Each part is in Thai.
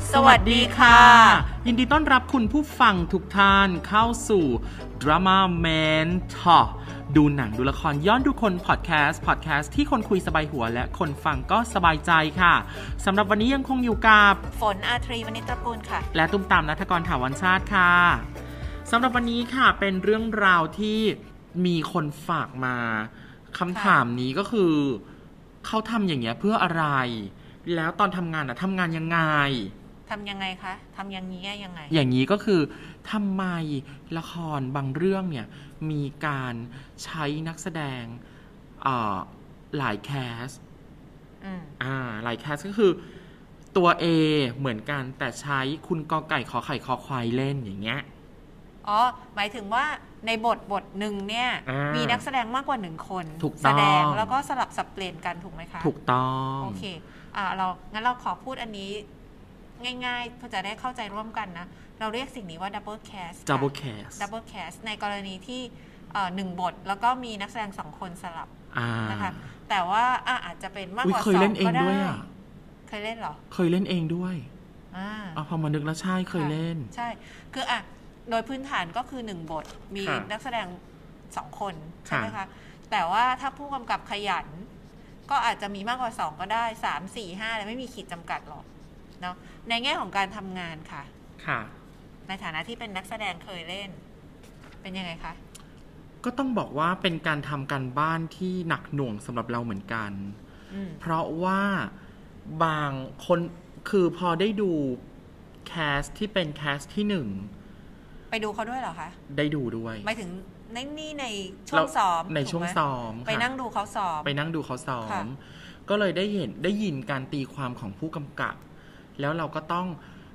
สวัสดีค่ะยินดีต้อนรับคุณผู้ฟังทุกท่านเข้าสู่ Drama Mentor ดูหนังดูละครย้อนดูคนพอดแคสต์ที่คนคุยสบายหัวและคนฟังก็สบายใจค่ะสำหรับวันนี้ยังคงอยู่กับฝนอาทรีวณิชตระกูลค่ะและตุ้มตามณัฐกรถาวรชาติค่ะสำหรับวันนี้ค่ะเป็นเรื่องราวที่มีคนฝากมาคำถามนี้ก็คือเขาทำอย่างเงี้ยเพื่ออะไรแล้วตอนทำงานทำงานยังไงคะทำอย่างนี้ยังไงอย่างนี้ก็คือทำไมละครบางเรื่องเนี่ยมีการใช้นักแสดงหลายแคสหลายแคสก็คือตัว A เหมือนกันแต่ใช้คุณกอไก่ขอไข่คอควายเล่นอย่างเงี้ยหมายถึงว่าในบทหนึ่งเนี่ยมีนักแสดงมากกว่า1คนแสดงแล้วก็สลับสับเปลี่ยนกันถูกไหมคะถูกต้องโอเคงั้นเราขอพูดอันนี้ง่ายๆเพื่อจะได้เข้าใจร่วมกันนะเราเรียกสิ่งนี้ว่า double cast ในกรณีที่1บทแล้วก็มีนักแสดง2คนสลับนะคะแต่ว่าอาจจะเป็นมากกว่า2ก็ได้เคยเล่นเหรอเคยเล่นเองด้วยพอมานึกแล้วใช่เคยเล่นใช่คือโดยพื้นฐานก็คือ1บทมีนักแสดง2คนใช่ไหมคะแต่ว่าถ้าผู้กำกับขยันก็อาจจะมีมากกว่า2ก็ได้3 4 5เลยไม่มีขีดจำกัดหรอกเนาะในแง่ของการทำงานค่ะในฐานะที่เป็นนักแสดงเคยเล่นเป็นยังไงคะก็ต้องบอกว่าเป็นการทำการบ้านที่หนักหน่วงสำหรับเราเหมือนกันเพราะว่าบางคนคือพอได้ดูแคสที่เป็นแคสที่1 ไปดูเขาด้วยเหรอคะได้ดูด้วยหมายถึงในช่วงซ้อมในช่วงซ้อมไปนั่งดูเขาซ้อมก็เลยได้ยินการตีความของผู้กำกับแล้วเราก็ต้อง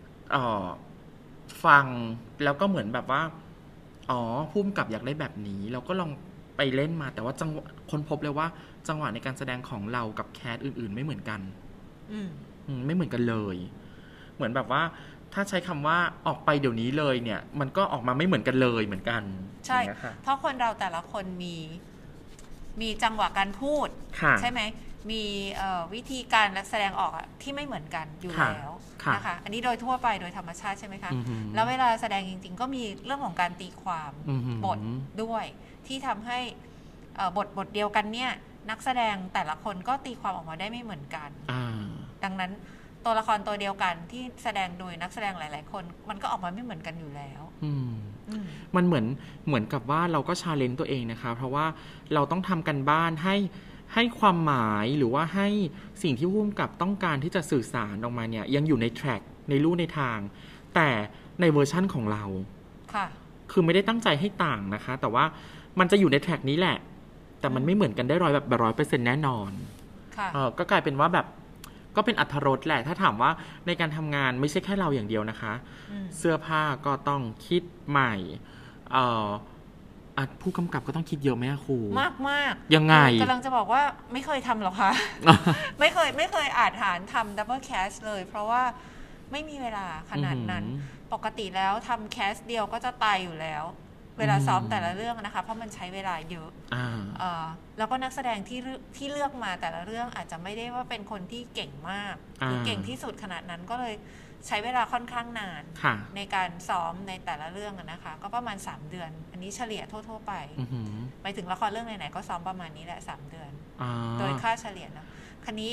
ฟังแล้วก็เหมือนแบบว่าผู้กำกับอยากได้แบบนี้เราก็ลองไปเล่นมาแต่ว่าจังหวะค้นพบเลยว่าจังหวะในการแสดงของเรากับแคสอื่นๆไม่เหมือนกันไม่เหมือนกันเลยเหมือนแบบว่าถ้าใช้คำว่าออกไปเดี๋ยวนี้เลยเนี่ยมันก็ออกมาไม่เหมือนกันเลยเหมือนกันใช่เพราะคนเราแต่ละคนมีจังหวะการพูดใช่ไหมมีวิธีการแสดงออกที่ไม่เหมือนกันอยู่แล้วนะคะอันนี้โดยทั่วไปโดยธรรมชาติใช่ไหมคะแล้วเวลาแสดงจริงๆก็มีเรื่องของการตีความบทด้วยที่ทำให้บทเดียวกันเนี่ยนักแสดงแต่ละคนก็ตีความออกมาได้ไม่เหมือนกันดังนั้นตัวละครตัวเดียวกันที่แสดงโดยนักแสดงหลายๆคนมันก็ออกมาไม่เหมือนกันอยู่แล้วมันเหมือนกับว่าเราก็ชาเลนจ์ตัวเองนะคะเพราะว่าเราต้องทำกันบ้านให้ความหมายหรือว่าให้สิ่งที่ผู้กำกับต้องการที่จะสื่อสารออกมาเนี่ยยังอยู่ในแทร็กในรูในทางแต่ในเวอร์ชั่นของเราคือไม่ได้ตั้งใจให้ต่างนะคะแต่ว่ามันจะอยู่ในแทร็กนี้แหละแต่มันไม่เหมือนกันได้100%แน่นอนก็กลายเป็นว่าแบบก็เป็นอรรถรสแหละถ้าถามว่าในการทำงานไม่ใช่แค่เราอย่างเดียวนะคะเสื้อผ้าก็ต้องคิดใหม่ผู้กำกับก็ต้องคิดเยอะไหมครูมากยังไงกำลังจะบอกว่าไม่เคยทำหรอกคะ ไม่เคยอาจหารทำดับเบิลแคสเลยเพราะว่าไม่มีเวลาขนาดนั้นปกติแล้วทำแคสเดียวก็จะตายอยู่แล้วเวลาซ้อมแต่ละเรื่องนะคะเพราะมันใช้เวลาเยอะแล้วก็นักแสดงที่เลือกมาแต่ละเรื่องอาจจะไม่ได้ว่าเป็นคนที่เก่งมากหรือเก่งที่สุดขนาดนั้นก็เลยใช้เวลาค่อนข้างนานในการซ้อมในแต่ละเรื่องนะคะก็ประมาณ3เดือนอันนี้เฉลี่ยทั่วๆไปไปถึงละครเรื่องไหนๆก็ซ้อมประมาณนี้แหละ3เดือนโดยค่าเฉลี่ยนะคราวนี้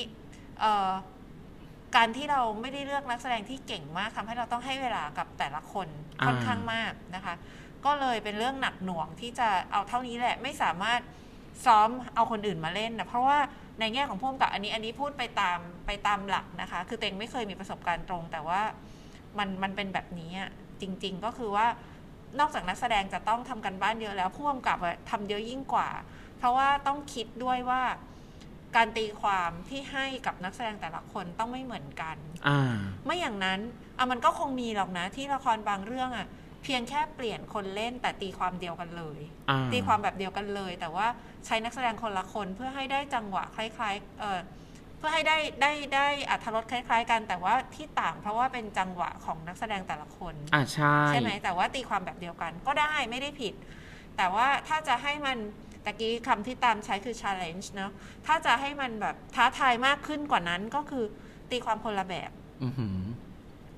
การที่เราไม่ได้เลือกนักแสดงที่เก่งมากทำให้เราต้องให้เวลากับแต่ละคนค่อนข้างมากนะคะก็เลยเป็นเรื่องหนักหน่วงที่จะเอาเท่านี้แหละไม่สามารถซ้อมเอาคนอื่นมาเล่นนะเพราะว่าในแง่ของผู้กำกับอันนี้พูดไปตามหลักนะคะคือเต็งไม่เคยมีประสบการณ์ตรงแต่ว่ามันเป็นแบบนี้จริงๆก็คือว่านอกจากนักแสดงจะต้องทำกันบ้านเยอะแล้วผู้กำกับทำเยอะยิ่งกว่าเพราะว่าต้องคิดด้วยว่าการตีความที่ให้กับนักแสดงแต่ละคนต้องไม่เหมือนกันไม่อย่างนั้นมันก็คงมีหรอกนะที่ละครบางเรื่องเพียงแค่เปลี่ยนคนเล่นแต่ตีความเดียวกันเลยตีความแบบเดียวกันเลยแต่ว่าใช้นักแสดงคนละคนเพื่อให้ได้จังหวะคล้ายๆเพื่อให้ได้อรรถรสคล้ายๆกันแต่ว่าที่ต่างเพราะว่าเป็นจังหวะของนักแสดงแต่ละคนใช่ไหมแต่ว่าตีความแบบเดียวกันก็ได้ไม่ได้ผิดแต่ว่าถ้าจะให้มันตะกี้คำที่ตามใช้คือ challenge เนาะถ้าจะให้มันแบบท้าทายมากขึ้นกว่านั้นก็คือตีความคนละแบบตี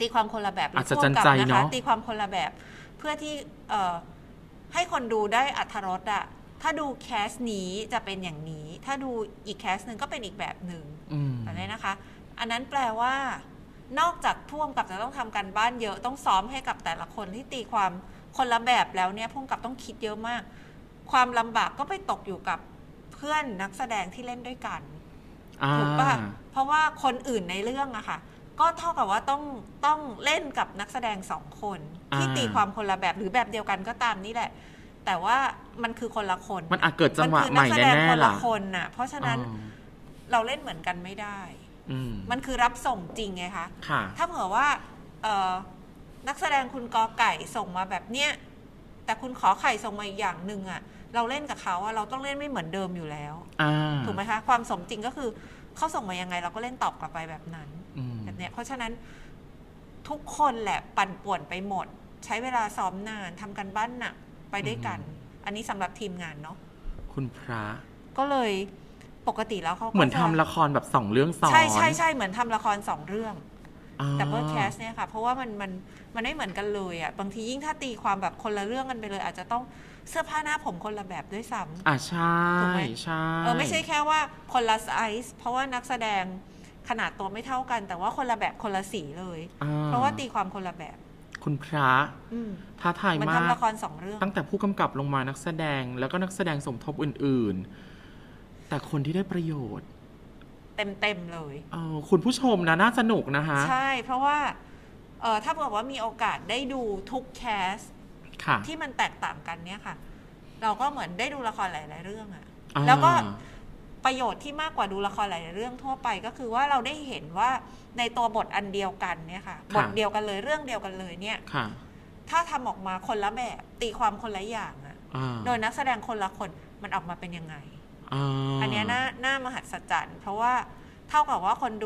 ตีความคนละแบบอาจจะจันใจเนาะตีความคนละแบบเพื่อที่ให้คนดูได้อรรถรสอะถ้าดูแคสนี้จะเป็นอย่างนี้ถ้าดูอีกแคสนึงก็เป็นอีกแบบหนึ่งแบบนี้นะคะอันนั้นแปลว่านอกจากผู้กำกับจะต้องทำการบ้านเยอะต้องซ้อมให้กับแต่ละคนที่ตีความคนละแบบแล้วเนี่ยผู้กำกับต้องคิดเยอะมากความลำบากก็ไปตกอยู่กับเพื่อนนักแสดงที่เล่นด้วยกันถูกป่ะเพราะว่าคนอื่นในเรื่องอะค่ะก็เท่ากับว่าต้องเล่นกับนักแสดง2 คนที่ตีความคนละแบบหรือแบบเดียวกันก็ตามนี่แหละแต่ว่ามันคือคนละคนมันอาจเกิดจังหวะใหม่แน่ๆคนละคนน่ะเพราะฉะนั้นเราเล่นเหมือนกันไม่ได้มันคือรับส่งจริงไงคะถ้าเผื่อว่านักแสดงคุณกอไก่ส่งมาแบบเนี้ยแต่คุณขอไข่ส่งมาอีกอย่างหนึ่งอะเราเล่นกับเขาเราต้องเล่นไม่เหมือนเดิมอยู่แล้วถูกไหมคะความสมจริงก็คือเขาส่งมายังไงเราก็เล่นตอบกลับไปแบบนั้นแบบเนี้ยเพราะฉะนั้นทุกคนแหละปั่นป่วนไปหมดใช้เวลาซ้อมนานทำกันบ้านหนักไปด้วยกันอันนี้สำหรับทีมงานเนาะคุณพระก็เลยปกติแล้วเขาเหมือนทำละครแบบ2 เรื่องซ้อนใช่เหมือนทำละคร2 เรื่องแต่เบอร์แคสเนี่ยค่ะเพราะว่ามันไม่เหมือนกันเลยอ่ะบางทียิ่งถ้าตีความแบบคนละเรื่องกันไปเลยอาจจะต้องเสื้อผ้าหน้าผมคนละแบบด้วยซ้ำใช่ถูกไหมใช่ไม่ใช่แค่ว่าคนละไซส์เพราะว่านักแสดงขนาดตัวไม่เท่ากันแต่ว่าคนละแบบคนละสีเลยเพราะว่าตีความคนละแบบคุณพระท้าทายมากมันทำละคร2 เรื่องตั้งแต่ผู้กำกับลงมานักแสดงแล้วก็นักแสดงสมทบอื่นๆแต่คนที่ได้ประโยชน์เต็มเลยคุณผู้ชมนะน่าสนุกนะคะใช่เพราะว่าถ้าบอกว่ามีโอกาสได้ดูทุกแคสที่มันแตกต่างกันเนี่ยค่ะเราก็เหมือนได้ดูละครหลายๆเรื่องอะแล้วก็ประโยชน์ที่มากกว่าดูละครหลายๆเรื่องทั่วไปก็คือว่าเราได้เห็นว่าในตัวบทอันเดียวกันเนี่ยค่ะบทเดียวกันเลยเรื่องเดียวกันเลยเนี่ยถ้าทำออกมาคนละแบบตีความคนละอย่างอะโดยนักแสดงคนละคนมันออกมาเป็นยังไงอันนี้น่ามหัศจรรย์เพราะว่าเท่ากับว่าคนดู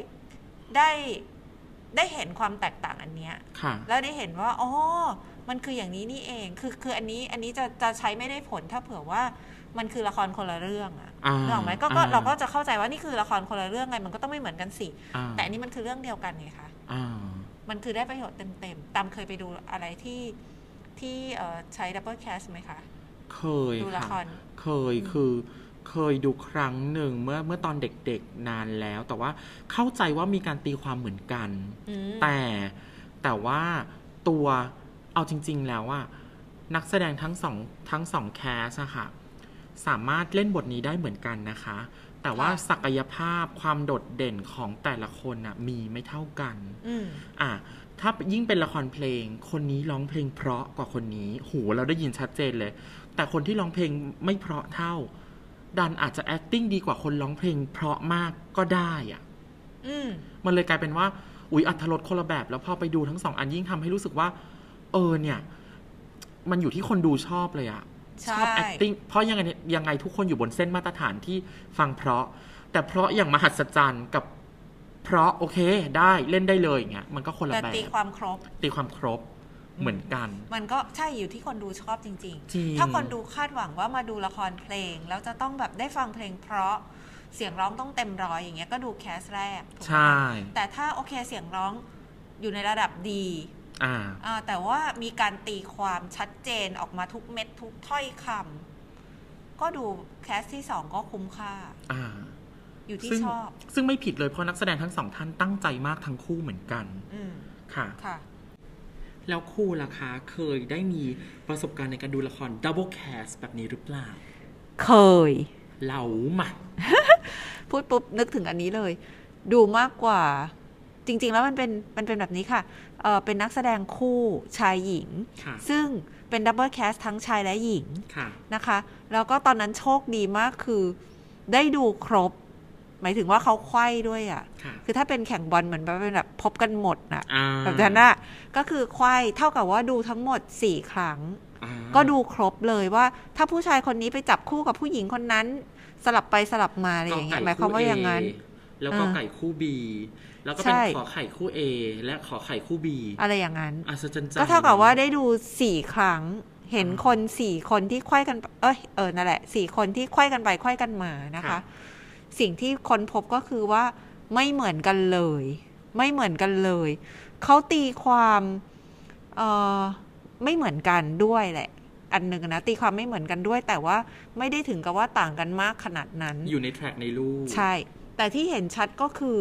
ได้เห็นความแตกต่างอันเนี้ยแล้วได้เห็นว่าอ๋อมันคืออย่างนี้นี่เองคืออันนี้จะใช้ไม่ได้ผลถ้าเผื่อว่ามันคือละครคนละเรื่องอะนึกออกไหมก็เราก็จะเข้าใจว่านี่คือละครคนละเรื่องไงมันก็ต้องไม่เหมือนกันสิแต่อันนี้มันคือเรื่องเดียวกันไงคะมันคือได้ประโยชน์เต็มตามเคยไปดูอะไรที่ใช้ดับเบิลแคสไหมคะเคยดูละครเคยดูครั้งหนึ่งเมื่อตอนเด็กๆนานแล้วแต่ว่าเข้าใจว่ามีการตีความเหมือนกันแต่ว่าตัวเอาจริงๆแล้วว่านักแสดงทั้งสองแคสอะค่ะสามารถเล่นบทนี้ได้เหมือนกันนะคะแต่ว่าศักยภาพความโดดเด่นของแต่ละคนอะมีไม่เท่ากันถ้ายิ่งเป็นละครเพลงคนนี้ร้องเพลงเพราะกว่าคนนี้หูเราได้ยินชัดเจนเลยแต่คนที่ร้องเพลงไม่เพราะเท่าดันอาจจะ acting ดีกว่าคนร้องเพลงเพราะมากก็ได้อ่ะมันเลยกลายเป็นว่าอรรถรสคนละแบบแล้วพอไปดูทั้ง2 อันยิ่งทำให้รู้สึกว่าเนี่ยมันอยู่ที่คนดูชอบเลยอ่ะชอบ acting เพราะยังไงทุกคนอยู่บนเส้นมาตรฐานที่ฟังเพราะแต่เพราะอย่างมหัศจรรย์กับเพราะโอเคได้เล่นได้เลยอย่างเงี้ยมันก็คนละแบบแต่ตีความครบเหมือนกันมันก็ใช่อยู่ที่คนดูชอบจริงๆถ้าคนดูคาดหวังว่ามาดูละครเพลงแล้วจะต้องแบบได้ฟังเพลงเพราะเสียงร้องต้องเต็มร้อยอย่างเงี้ยก็ดูแคสแรกใช่แต่ถ้าโอเคเสียงร้องอยู่ในระดับดีแต่ว่ามีการตีความชัดเจนออกมาทุกเม็ดทุกถ้อยคำก็ดูแคสที่2ก็คุ้มค่าอยู่ที่ชอบซึ่งไม่ผิดเลยเพราะนักแสดงทั้ง2 ท่านตั้งใจมากทั้งคู่เหมือนกันค่ะแล้วคู่ล่ะคะเคยได้มีประสบการณ์ในการดูละครดับเบิลแคสแบบนี้หรือเปล่าเคยเล่ามาพูดปุ๊บนึกถึงอันนี้เลยดูมากกว่าจริงๆแล้วมันเป็นแบบนี้ค่ะเป็นนักแสดงคู่ชายหญิงซึ่งเป็นดับเบิลแคสทั้งชายและหญิงนะคะแล้วก็ตอนนั้นโชคดีมากคือได้ดูครบหมายถึงว่าเขาไขว้ด้วยอ่ะคือถ้าเป็นแข่งบอลเหมือนแบบพบกันหมดนะแบบนั้นน่ะก็คือไขว้เท่ากับว่าดูทั้งหมด4 ครั้งก็ดูครบเลยว่าถ้าผู้ชายคนนี้ไปจับคู่กับผู้หญิงคนนั้นสลับไปสลับมาอะไรอย่างเงี้ยหมายความว่าอย่างนั้นแล้วก็ไก่คู่ B แล้วก็เป็นขอไข่คู่ A และขอไข่คู่ B อะไรอย่างนั้นก็เท่ากับว่าได้ดู4 ครั้งเห็นคน4 คนที่ไขว้กันนั่นแหละ4 คนที่ไขว้กันไปไขว้กันมานะคะสิ่งที่ค้นพบก็คือว่าไม่เหมือนกันเลยเขาตีความไม่เหมือนกันด้วยแหละอันหนึ่งนะตีความไม่เหมือนกันด้วยแต่ว่าไม่ได้ถึงกับว่าต่างกันมากขนาดนั้นอยู่ในแทร็กในรูปใช่แต่ที่เห็นชัดก็คือ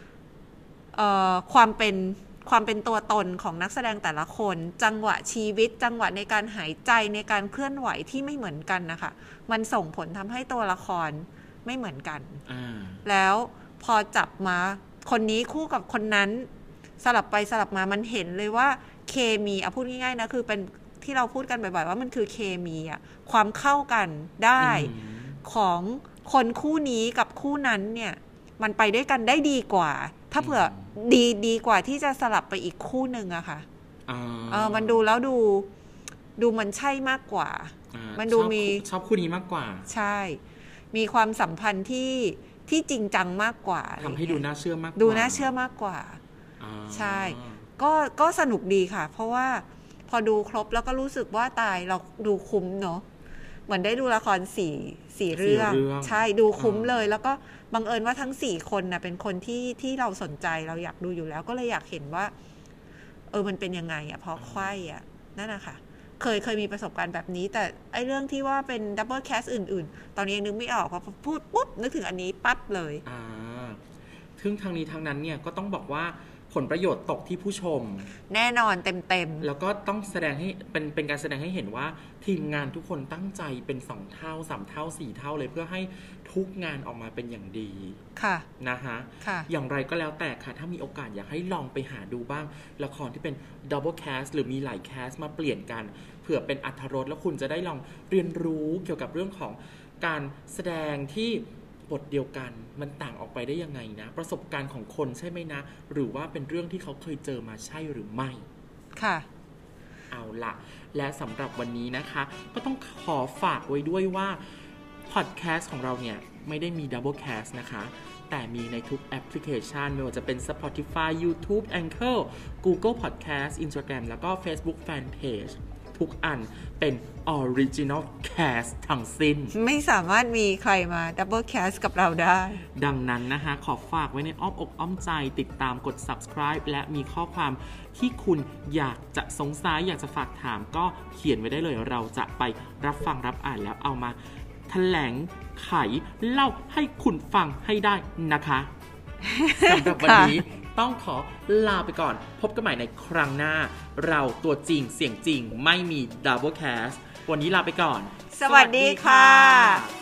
ความเป็นตัวตนของนักแสดงแต่ละคนจังหวะชีวิตจังหวะในการหายใจในการเคลื่อนไหวที่ไม่เหมือนกันนะคะมันส่งผลทำให้ตัวละครไม่เหมือนกันแล้วพอจับมาคนนี้คู่กับคนนั้นสลับไปสลับมามันเห็นเลยว่าเคมีพูดง่ายๆนะคือเป็นที่เราพูดกันบ่อยๆว่ามันคือเคมีความเข้ากันได้ของคนคู่นี้กับคู่นั้นเนี่ยมันไปด้วยกันได้ดีกว่าถ้าเผื่อดีกว่าที่จะสลับไปอีกคู่หนึ่งอะค่ะมันดูแล้วดูมันใช่มากกว่ามันดูมีชอบคู่นี้มากกว่าใช่มีความสัมพันธ์ที่จริงจังมากกว่าทำให้ดูน่าเชื่อมากดูน่าเชื่อมากกว่าใช่ก็สนุกดีค่ะเพราะว่าพอดูครบแล้วก็รู้สึกว่าตายเราดูคุ้มเนาะเหมือนได้ดูละครสี่เรื่องใช่ดูคุ้มเลยแล้วก็บังเอิญว่าทั้ง4คนนะเป็นคนที่เราสนใจเราอยากดูอยู่แล้วก็เลยอยากเห็นว่ามันเป็นยังไงพอไขว้นั่นนะคะเคยมีประสบการณ์แบบนี้แต่ไอ้เรื่องที่ว่าเป็นดับเบิลแคสอื่นๆตอนนี้ยังนึกไม่ออกพอพูดปุ๊บนึกถึงอันนี้ปั๊บเลยซึ่งทางนี้ทางนั้นเนี่ยก็ต้องบอกว่าผลประโยชน์ตกที่ผู้ชมแน่นอนเต็มแล้วก็ต้องแสดงให้เป็นการแสดงให้เห็นว่าทีมงานทุกคนตั้งใจเป็น2เท่า3เท่า4เท่าเลยเพื่อให้ทุกงานออกมาเป็นอย่างดีค่ะนะฮะอย่างไรก็แล้วแต่ค่ะถ้ามีโอกาสอยากให้ลองไปหาดูบ้างละครที่เป็นดับเบิลแคสหรือมีหลายแคสมาเปลี่ยนกันเผื่อเป็นอรรถรสแล้วคุณจะได้ลองเรียนรู้เกี่ยวกับเรื่องของการแสดงที่บทเดียวกันมันต่างออกไปได้ยังไงนะประสบการณ์ของคนใช่ไหมนะหรือว่าเป็นเรื่องที่เขาเคยเจอมาใช่หรือไม่ค่ะเอาละและสำหรับวันนี้นะคะก็ต้องขอฝากไว้ด้วยว่าพอดแคสต์ของเราเนี่ยไม่ได้มีดับเบิลแคสต์นะคะแต่มีในทุกแอปพลิเคชันไม่ว่าจะเป็น Spotify YouTube Anchor Google Podcast Instagram แล้วก็ Facebook Fanpageทุกอันเป็น Original Cast ทั้งสิ้นไม่สามารถมีใครมา Double Cast กับเราได้ดังนั้นนะคะขอฝากไว้ในอ้อมอกอ้อมใจติดตามกด Subscribe และมีข้อความที่คุณอยากจะสงสัยอยากจะฝากถามก็เขียนไว้ได้เลยเราจะไปรับฟังรับอ่านแล้วเอามาแถลงไขเล่าให้คุณฟังให้ได้นะคะสำหรับวันนี้ต้องขอลาไปก่อนพบกันใหม่ในครั้งหน้าเราตัวจริงเสียงจริงไม่มีดับเบิลแคสต์วันนี้ลาไปก่อนสวัสดีค่ะ